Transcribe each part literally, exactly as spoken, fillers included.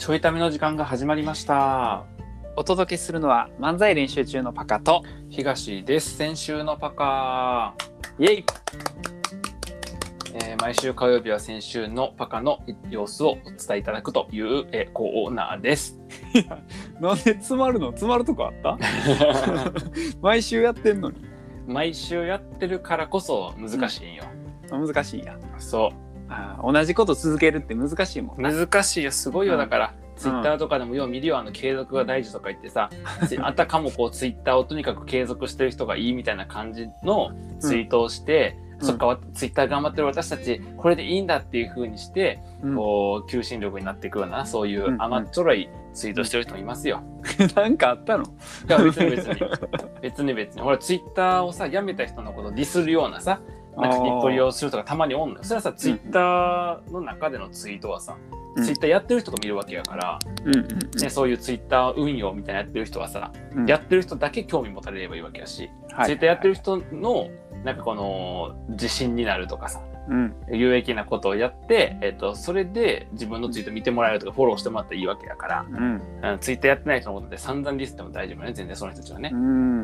ちょいための時間が始まりました。 お届けするのは漫才練習中のパカと東です。先週のパカ、 イエイ、 えー、毎週火曜日は先週のパカの様子をお伝えいただくという、えー、コーナーです。 いや、なんで詰まるの詰まるとこあった毎週やってんのに。 毎週やってるからこそ難しいんよ、 うん、難しいんや。 そうあ、同じこと続けるって難しいもん。 難しいよ、すごいよ、 うん、 だからツイッターとかでもよう見るよ、あの継続が大事とか言ってさ、あたかもこうツイッターをとにかく継続してる人がいいみたいな感じのツイートをして、うん、そっか、ツイッター頑張ってる私たちこれでいいんだっていう風にして、うん、こう求心力になっていくような、そういう甘っちょろいツイートしてる人もいますよ。 なんかあったの？いや別に別に別に別にほらツイッターをさ、やめた人のことをディスるようなさ、なんか日取りをするとかたまにおんのよ。それはさ、ツイッターの中でのツイートはさ、うん、ツイッターやってる人が見るわけやから、うんうんうんね、そういうツイッター運用みたいなやってる人はさ、うん、やってる人だけ興味持たれればいいわけやし、はい、ツイッターやってる人のなんかこの自信になるとかさ、うん、有益なことをやって、えーと、それで自分のツイート見てもらえるとかフォローしてもらったらいいわけだから、うん、ツイッターやってない人のことで散々ディスっても大丈夫ね、全然その人たちはね。うん、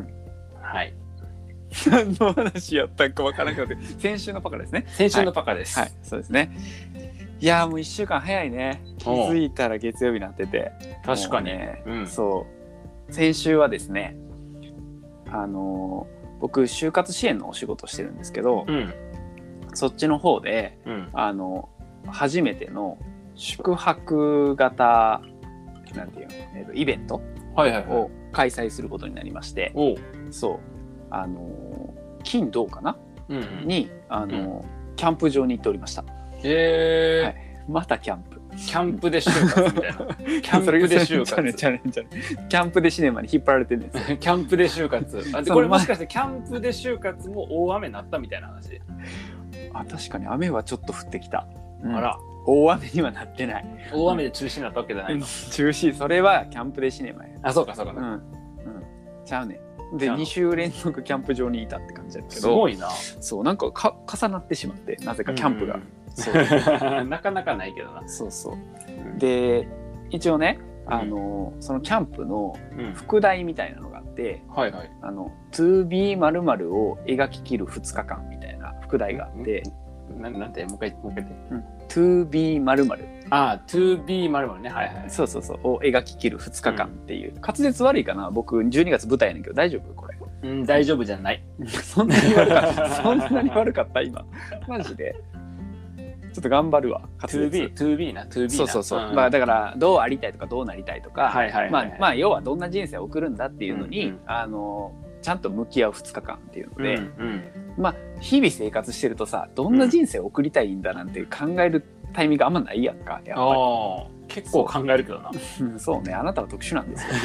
はい。 何の話やったんか分からなくて、先週のパカですね。 先週のパカです。 はい、はい、そうですね。いやーもういっしゅうかん早いね。気づいたら月曜日になってて。 確かに、 ね、うん、そう先週はですね、あのー、僕就活支援のお仕事してるんですけど、うん、そっちの方で、うん、あの初めての宿泊型なんていうの、えーと、イベントを開催することになりまして、はいはいはい、そうあのー、金土かな、うんうん、に、あのーうん、キャンプ場に行っておりました。 へー、はい、 またキャンプキャンプで就活みたいなキャンプで就活キャンプでシネマに引っ張られてるんですよ。 キャンプで就活あでこれもしかしてキャンプで就活も大雨になったみたいな話？ あ、確かに雨はちょっと降ってきた、うん、 あら、 大雨にはなってない。 大雨で中止になったわけじゃないの、うん、 中止、それはキャンプでシネマや。 あ、そうかそうか、うんうん、ちゃうね。でに週連続キャンプ場にいたって感じだけど、 すごいな。 そうなんかか重なってしまって、なぜかキャンプが、うん、 そうなかなかないけどな。 そうそう、うん、で一応ね、あの、うん、そのキャンプの副題みたいなのがあって、うん、はいはい、あの トゥービー 〇〇を描ききるふつかかんみたいな副題があって、 うん、な, なんてもう一回もう一回言って、うん、 トゥービー 〇〇、 ああ トゥービー 〇〇ね、はいはい、 そうそうそうを描ききるふつかかんっていう、うん、滑舌悪いかな、僕じゅうにがつ舞台やねんけど大丈夫これ？ うん、大丈夫じゃないそんなに悪かったそんなに悪かった今マジでちょっと頑張るわ。 トゥービー トゥービー な トゥービー な、 そうそうそう、うん、まあだからどうありたいとかどうなりたいとか、はいはいはいはい、まあまあ要はどんな人生を送るんだっていうのに、うんうん、あのちゃんと向き合うふつかかんっていうので、うんうん、まあ日々生活してるとさ、どんな人生を送りたいんだなんて考えるタイミングあんまないやんか、やっぱり。 あ、結構考えるけどな。 そう、そうね、あなたは特殊なんですよ。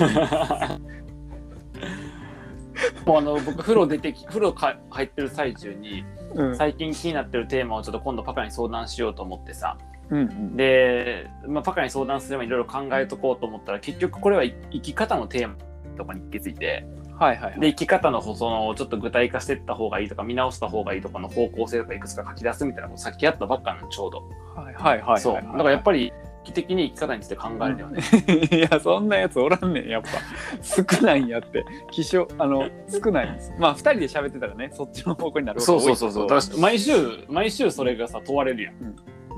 もうあの僕風呂出てき風呂か入ってる最中に、うん、最近気になってるテーマをちょっと今度パカに相談しようと思ってさ、うんうん、で、まあ、パカに相談すればいろいろ考えとこうと思ったら、結局これは生き方のテーマとかに行き着いて、はいはいはい、で生き方のそのちょっと具体化していった方がいいとか見直した方がいいとかの方向性とかいくつか書き出すみたいなことさっきやったばっかなのちょうど。 はいはいはいはい、 そうだからやっぱり意識的に生き方について考えるよね、 うん、いやそんなやつおらんねん、やっぱ少ないんやって。気象あの少ないんです。まあふたりで喋ってたらね、そっちの方向になることが多いけど、そうそうそうそう、毎週毎週それがさ問われるやん、うん、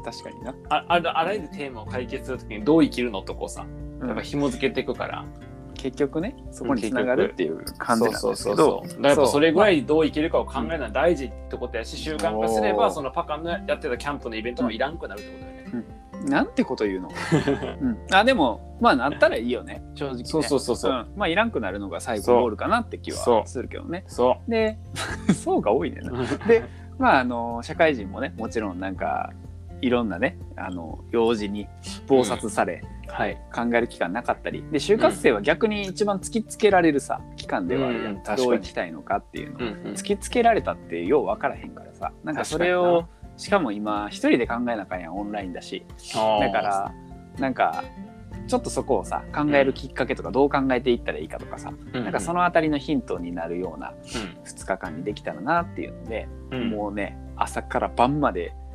確かにな。 あ, あ, あらゆるテーマを解決するときにどう生きるのとこうさ、やっぱ紐付けていくから、うん、結局ねそこにつながるっていう感じなんですけど、そうそうそうそう、だからやっぱそれぐらいどう生きるかを考えるのは大事ってことやし、習慣化すればそのパカのやってたキャンプのイベントもいらんくなるってことだよね、うんうん、なんてこと言うの、うん、あでもまあなったらいいよね正直ね。 そうそうそうそう、うん、 まあいらんくなるのが最後ゴールかなって気はするけどね。 そうでそうが多いねな。でまああの社会人もねもちろんなんかいろんなねあの用事に忙殺され、うん、はい、考える期間なかったりで、就活生は逆に一番突きつけられるさ期間ではあるやん、うん、どう生きたいのかっていうのを、うんうん、突きつけられたってよう分からへんからさ、なんかそれをしかも今一人で考えなあかんやん、オンラインだし。だからなんかちょっとそこをさ考えるきっかけとか、どう考えていったらいいかとかさ、うん、なんかそのあたりのヒントになるようなふつかかんにできたらなっていうので、うん、もうね朝から晩まで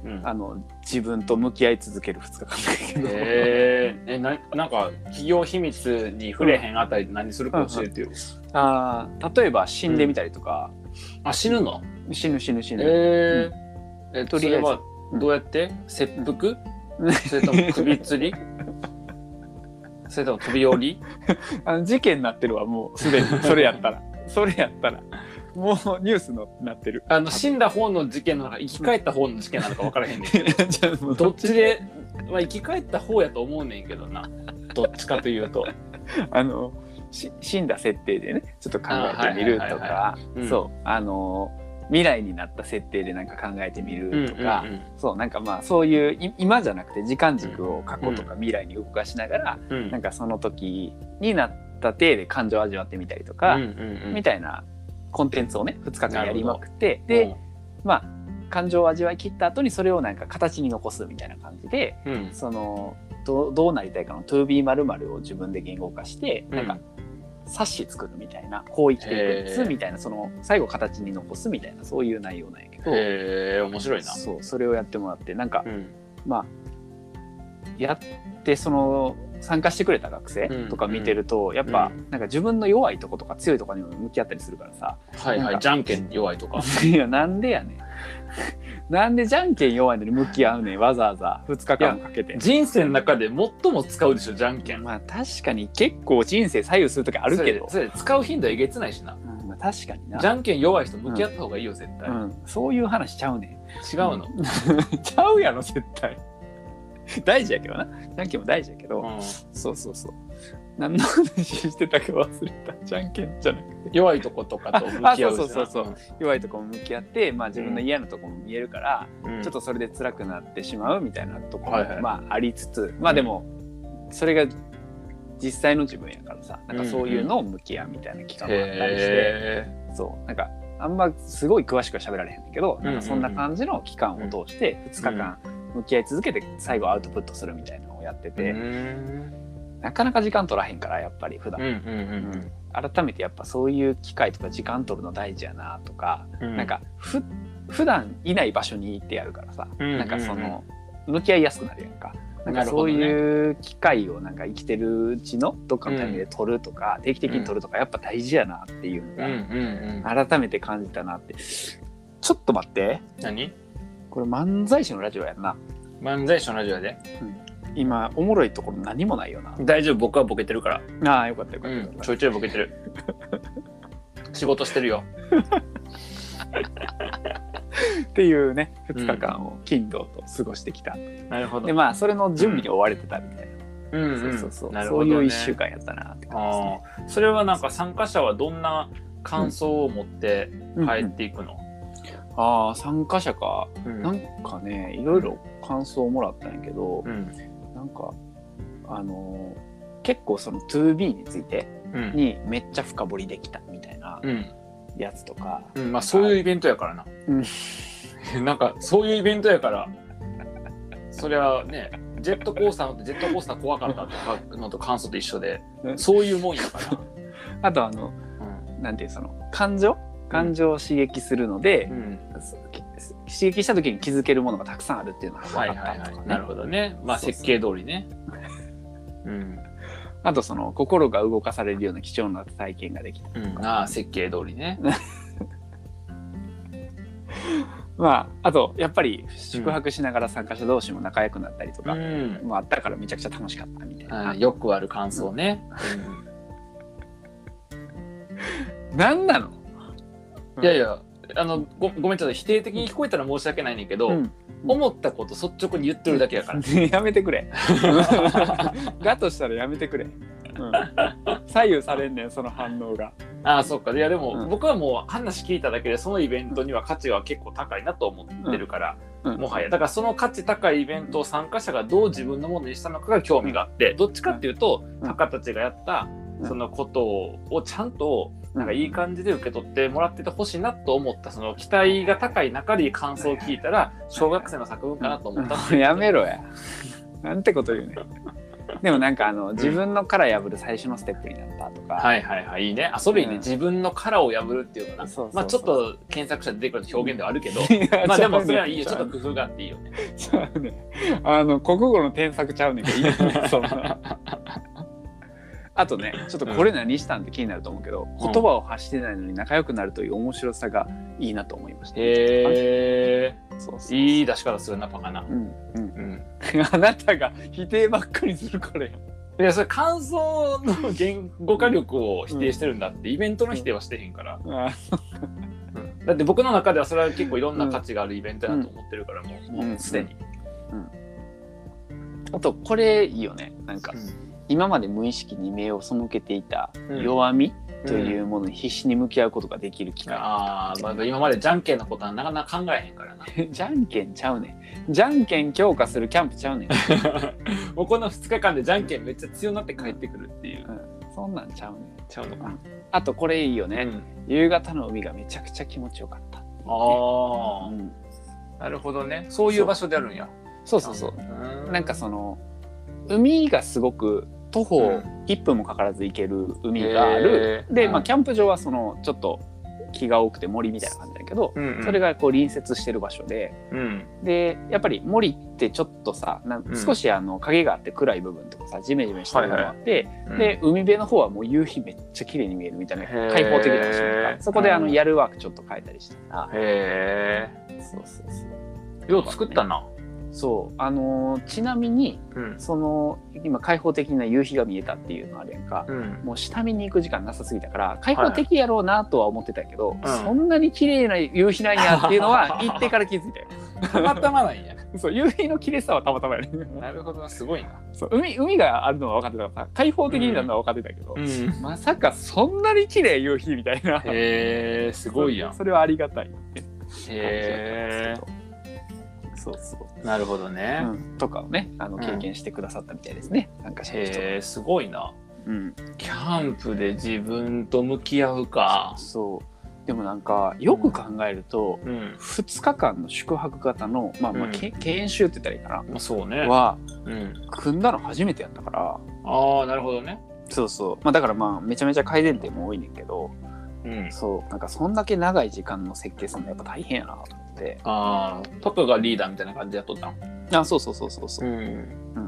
うん、 あの自分と向き合い続けるふつかかんだけど、 えー、えななんか企業秘密に触れへんあたりで何するか教えてよ、うんうん、 あ例えば死んでみたりとか、 うん、あ死ぬの死ぬ死ぬ死ぬえー、うん、えとりあえずそれはどうやって、うん、切腹、うん、それとも首吊りそれとも飛び降りあの事件になってるわもうすでにそれやったらそれやったらもうニュースになってる。 あの死んだ方の事件なのか生き返った方の事件なのか分からへんねんけどどっちで、まあ、生き返った方やと思うねんけどなどっちかというとあのし死んだ設定でねちょっと考えてみるとかそうあの未来になった設定でなんか考えてみるとか、うんうんうん、そうなんかまあそういう今じゃなくて時間軸を過去とか未来に動かしながら、うん、なんかその時になった体で感情を味わってみたりとか、うんうんうん、みたいなコンテンツをねふつかかんやりまくってで、うん、まあ感情を味わい切った後にそれをなんか形に残すみたいな感じで、うん、その ど, どうなりたいかの トゥービー 〇〇を自分で言語化して、うん、なんか冊子作るみたいなこう生きていくんですみたいなその最後形に残すみたいなそういう内容なんやけどへー面白いなそうそれをやってもらってなんか、うん、まあやってその参加してくれた学生とか見てると、うん、やっぱ、うん、なんか自分の弱いとことか強いところにも向き合ったりするからさはいはいじゃんけん弱いとかいやなんでやねんなんでじゃんけん弱いのに向き合うねんわざわざふつかかんかけて人生の中で最も使うでしょじゃんけんまあ確かに結構人生左右する時あるけどそれ使う頻度えげつないしな、 うんまあ、確かになじゃんけん弱い人向き合った方がいいよ、うん、絶対、うん、 そういう話ちゃうねん違うの、 うん、ちゃうやろ絶対大事やけどなじゃんけんも大事やけど、うん、そうそうそう何の話してたか忘れたじゃんけんじゃなくて弱いとことかと向き合うそうそうそうそう、うん、弱いとこも向き合って、まあ、自分の嫌なとこも見えるから、うん、ちょっとそれで辛くなってしまうみたいなところも、はいはい、まあありつつまあでもそれが実際の自分やからさなんかそういうのを向き合うみたいな期間もあったりして、うんうん、そうなんかあんますごい詳しくは喋られへんけど、うんうん、なんかそんな感じの期間を通してふつかかん向き合い続けて最後アウトプットするみたいなのをやってて、うん、なかなか時間取らへんからやっぱり普段、うんうんうんうん、改めてやっぱそういう機会とか時間取るの大事やなとか、うん、なんかふ普段いない場所に行ってやるからさ、うんうんうん、なんかその向き合いやすくなるやんか。なんかそういう機会をなんか生きてるうちのどっかのタイミングで取るとか、うん、定期的に取るとかやっぱ大事やなっていうのが、うんうんうん、改めて感じたなって。ちょっと待って。 何？ これ漫才師のラジオやんな。 漫才師のラジオやで、 うん、今おもろいところ何もないよな。 大丈夫僕はボケてるから。 ああよかったよかった、うん、 ちょいちょいボケてる仕事してるよっていうねふつかかんを金土と過ごしてきた、うん、 なるほど。 でまあそれの準備に追われてたみたいな、うん、そうそうそう、ね、そういういっしゅうかんやったなって感じですね。 あそれはなんか参加者はどんな感想を持って帰っていくの？うんうんうんああ参加者か、うん、なんかねいろいろ感想をもらったんやけど、うん、なんかあのー、結構その トゥービー についてにめっちゃ深掘りできたみたいなやつとか、 うんうん、まあそういうイベントやからな、うん、なんかそういうイベントやからそれはねジェットコースターのジェットコースター怖かったとかのと感想と一緒でそういうもんやからあとあの、うん、なんていうその感情感情を刺激するので、うん、刺激した時に気づけるものがたくさんあるっていうのが分かったとかね、はいはいはい、 なるほどね。まあ設計通りね。うん、 あとその心が動かされるような貴重な体験ができたとか、 うん、ああ設計通りね。 まああとやっぱり宿泊しながら参加者同士も仲良くなったりとか、うん、もあったからめちゃくちゃ楽しかったみたいな。 よくある感想ね。 うん、何なの？ いやいやあの ご, ごめんちょっと否定的に聞こえたら申し訳ないねんけど、うん、思ったこと率直に言ってるだけやから、 やめてくれだとしたらやめてくれ、うん、左右されんねんその反応が。 ああそっか。いやでも、うん、僕はもう話聞いただけでそのイベントには価値が結構高いなと思ってるから、うんうん、もはやだからその価値高いイベントを参加者がどう自分のものにしたのかが興味があって、うん、どっちかっていうと、うん、タカたちがやったそのことをちゃんとなんかいい感じで受け取ってもらっててほしいなと思ったその期待が高い中で感想を聞いたら小学生の作文かなと思った。 やめろや。なんてこと言うね。 でもなんかあの自分の殻破る最初のステップになったとか、 はいはいはいいいね。あそれいいね、 うん、 自分の殻を破るっていうのかな。 そうそうそう、 まあちょっと検索したら出てくる表現ではあるけどまあでもそれはいいよ、ちょっと工夫があっていいよね。 ちゃうねあの国語の添削ちゃうねんからいいねそんなあとねちょっとこれ何したんって気になると思うけど、うん、言葉を発してないのに仲良くなるという面白さがいいなと思いました。 へえー、そうそうそう、いい出し方するなバカな。うんうんうん、 あなたが否定ばっかりするからや。 いやそれ感想の言語化力を否定してるんだって、うん、イベントの否定はしてへんから、うん、だって僕の中ではそれは結構いろんな価値があるイベントだと思ってるから、うん、もうすでに、うんうん、あとこれいいよねなんか、うん、今まで無意識に目を背けていた弱みというものに必死に向き合うことができる機会、うん、 あ、まあ今までじゃんけんのことはなかなか考えへんからなじゃんけんちゃうねん、じゃんけん強化するキャンプちゃうねんもうこのふつかかんでじゃんけんめっちゃ強なって帰ってくるっていう、うん、 そんなんちゃうねんちゃうのかな。 あとこれいいよね、うん、夕方の海がめちゃくちゃ気持ちよかった、ね、 ああ、うん、なるほどね、そういう場所であるんや。 そうそうそう、うん、なんかその海がすごく徒歩いっぷんもかからず行ける海がある、うん、で、まあ、キャンプ場はそのちょっと木が多くて森みたいな感じだけど、うんうん、それがこう隣接してる場所で、うん、でやっぱり森ってちょっとさなん少しあの影があって暗い部分とかさジメジメした部分があって、はいはい、で海辺の方はもう夕日めっちゃ綺麗に見えるみたいな開放的な場所がそこであのやるワークちょっと変えたりしてた。 へえ、そうそうそう、よう作ったな。 そうあのー、ちなみに、うん、その今開放的な夕日が見えたっていうのあれやんか、うん、もう下見に行く時間なさすぎたから開放的やろうなとは思ってたけど、はいはい、そんなに綺麗な夕日なんやっていうのは行ってから気づいたよたまたまなんやそう夕日の綺麗さはたまたまやねなるほど、すごいな。 そう 海, 海があるのは分かってたからさ開放的になるのは分かってたけど、うん、まさかそんなに綺麗夕日みたいな。 へえ、すごいやん。 そ, それはありがたい、ね、 へえ、そうそう、なるほどね、 うん、とかをねあの経験してくださったみたいですね、うん、なんかへえ、すごいな、うん、キャンプで自分と向き合うか。 そうでもなんかよく考えると、うん、ふつかかんの宿泊型の、まあまあ、うん、研修って言ったらいいかな、 まあ、そうねは、うん、組んだの初めてやったから。 ああ、なるほどね。 そうそう、まあ、だからまあめちゃめちゃ改善点も多いねんけど、うん、そうなんかそんだけ長い時間の設計するのやっぱ大変やなと思って。 ああ、トクがリーダーみたいな感じでやっとったん。 あ、そうそうそうそうそう、うん、うん、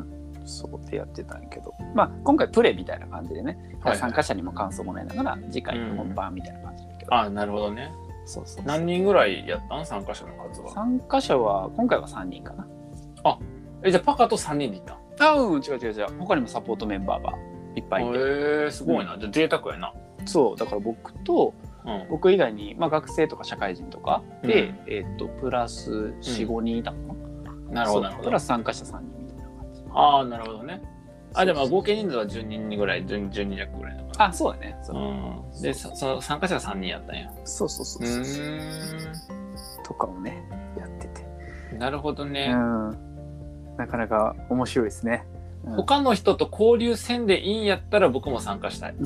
そうでやってたんやけど、まあ今回プレイみたいな感じでね、はいはい、参加者にも感想もらいながら次回本番みたいな感じだけど、 うん、ああ、なるほどね。そうそうそう、何人ぐらいやったん参加者の数は。 参加者は今回はさんにんかな。 あ、え、じゃあパカとさんにんで行ったん。 あ、うん、違う違う違う、他にもサポートメンバーがいっぱいいて。へえ、すごいな、うん、じゃあ贅沢やな。 そうだから僕と、うん、僕以外に、まあ、学生とか社会人とかで、うん、えー、とプラス よん,ご 人いたのかな、うん、なるほどなるほど。プラス参加者さんにんみたいな感じ。 ああ、なるほどね。あ、でも合計人数はじゅうにんぐらい、じゅうにん弱ぐらいだから。 あ、そうだね。そう、 うん、でその参加者がさんにんやったんや。 そうそうそうそう。うーんとかもねやってて。 なるほどね。 うん、なかなか面白いですね。 うん、他の人と交流せんでいいんやったら僕も参加したい。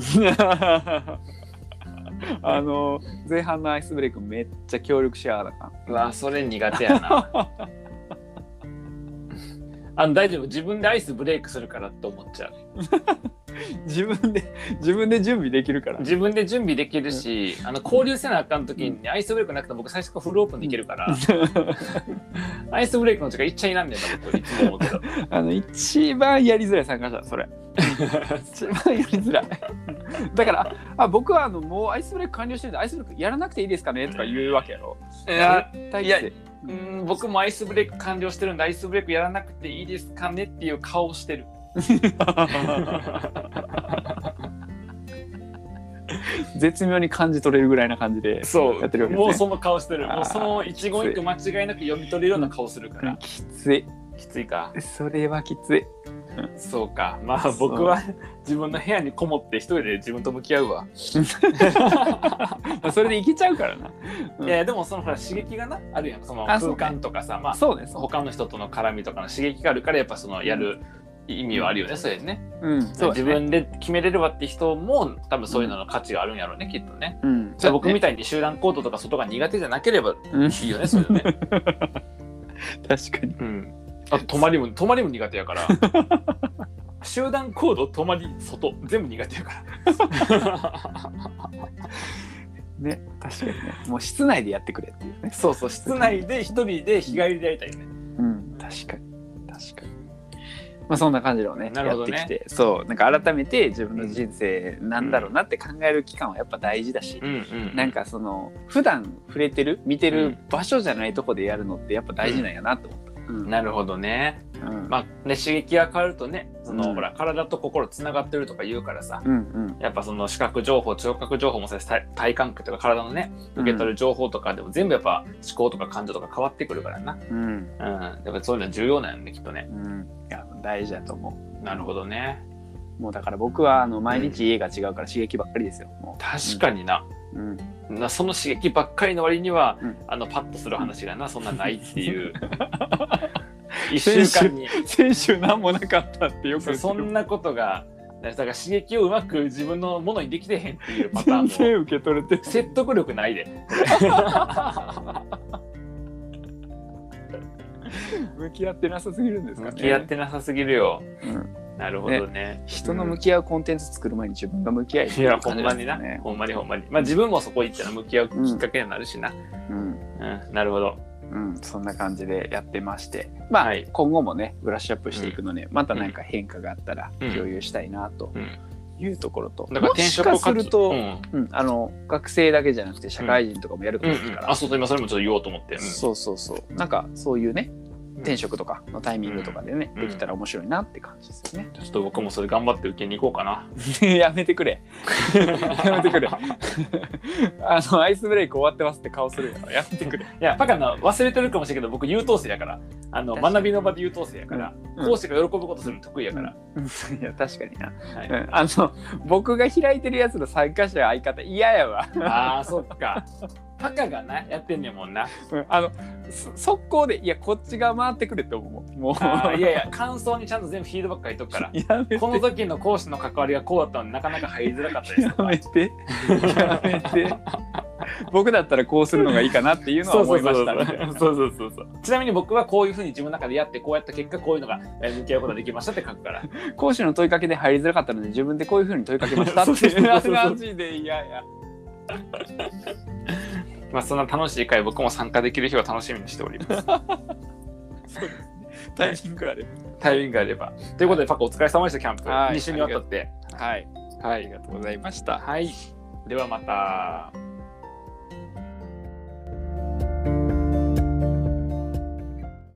あの前半のアイスブレイクめっちゃ協力しやがったか。 うわ、それ苦手やな。あの大丈夫、自分でアイスブレイクするからって思っちゃう。 自分で自分で準備できるから。 自分で準備できるし、あの交流せなあかん時にアイスブレイクなくても僕最初からフルオープンできるから。アイスブレイクの時が一番いらんねんな僕いつも思うけど。 あの一番やりづらい参加者それ。一番やりづらい。だからあ僕はあのもうアイスブレイク完了してるんでアイスブレイクやらなくていいですかねとか言うわけやろ。 いやいや、うん、僕もアイスブレイク完了してるんでアイスブレイクやらなくていいですかねっていう顔をしてる。 絶妙に感じ取れるぐらいな感じでやってるわけですね。 もうその顔してる。もうその一言一句間違いなく読み取れるような顔するから。 きつい。 きついか。 それはきつい。 そうか。まあ僕は自分の部屋にこもって一人で自分と向き合うわ。 それでいけちゃうからな。 うん、いやでもそのほら刺激がなあるやん。その空間とかさ、まあそうです。他の人との絡みとかの刺激があるからやっぱそのやる意味はあるよね。それね。うん。そう自分で決めれるわって人も多分そういうのの価値があるんやろうね、きっとね。うん。じゃあ僕みたいに集団行動とか外が苦手じゃなければいいよね、それね。 確かに。 うん。あと泊まりも泊まりも苦手やから。 集団行動、泊まり、外全部苦手やからね、確かにね。もう室内でやってくれっていうね。 そうそう、室内で一人で日帰りでやりたいよね。 うん、確かに確かに。まあそんな感じのね、 なるほどね、 やってきて、そうなんか改めて自分の人生なんだろうなって考える期間はやっぱ大事だし、 うんうん、 なんかその普段触れてる見てる場所じゃないとこでやるのってやっぱ大事なんやなと思った。 うんうん、なるほどね。うん、まあね、刺激が変わるとね、その、うん、ほら体と心つながってるとか言うからさ、うんうん、やっぱその視覚情報聴覚情報もさ、体感覚とか体のね受け取る情報とかでも全部やっぱ思考とか感情とか変わってくるからな、うんうん、やっぱそういうの重要なんよねきっとね、うん、 いや大事だと思う。 なるほどね。 もうだから僕はあの毎日家が違うから刺激ばっかりですよ。もう確かにな、うんうん、なその刺激ばっかりの割には、うん、あのパッとする話がなそんなないっていういっしゅうかんに先週何もなかったってよく言ってる。 そんなことがだから刺激をうまく自分のものにできてへんっていうパターンも全然受け取れてる。 説得力ないで向き合ってなさすぎるんですかね。 向き合ってなさすぎるよ、うん、なるほど ね, ね人の向き合うコンテンツ作る前に自分が向き合い、 いやほんまにな、ほんまにほんまに、まあ、自分もそこ行ったら向き合うきっかけになるしな、うんうんうん、なるほど、 うん、そんな感じでやってまして、まあ、はい、今後もねブラッシュアップしていくので、うん、また何か変化があったら共有したいなというところと、うん、だから転職をもしかすると、うんうん、あの学生だけじゃなくて社会人とかもやるかもしれないから、 うんうんうん、あそうそう今それもちょっと言おうと思って、うん、 そうそうそうなんかそういうね転職とかのタイミングとかでね、うん、できたら面白いなって感じですよね。 ちょっと僕もそれ頑張って受けに行こうかな。 やめてくれ。やめてくれ。あのアイスブレイク終わってますって顔するからやめてくれ。いやパカの忘れてるかもしれんけど僕優等生やから、あの学びの場で優等生やから、うん、講師が喜ぶことするの得意やから。 うん、いや確かにな、はいうん。あの僕が開いてるやつの参加者相方嫌やわ。 ああそっか。パカがなやってんねんもんな、 うん、あの速攻でいやこっちが回ってくれって思う。もうあいやいや感想にちゃんと全部フィードバック書いとくからこの時の講師の関わりがこうだったのになかなか入りづらかったですやめてやめて僕だったらこうするのがいいかなっていうのは思いましたね。 そうそうそうそう。ちなみに僕はこういうふうに自分の中でやってこうやった結果こういうのが向き合うことができましたって書くから講師の問いかけで入りづらかったので自分でこういうふうに問いかけましたっていうマジで嫌やまあそんな楽しい会僕も参加できる日を楽しみにしております。 そうですね。タイミングがあれば。 タイミングがあれば。ということでパカお疲れ様でしたキャンプ。 はい、 に週にわたって。 はい。はい。ありがとうございました。 はい。ではまた。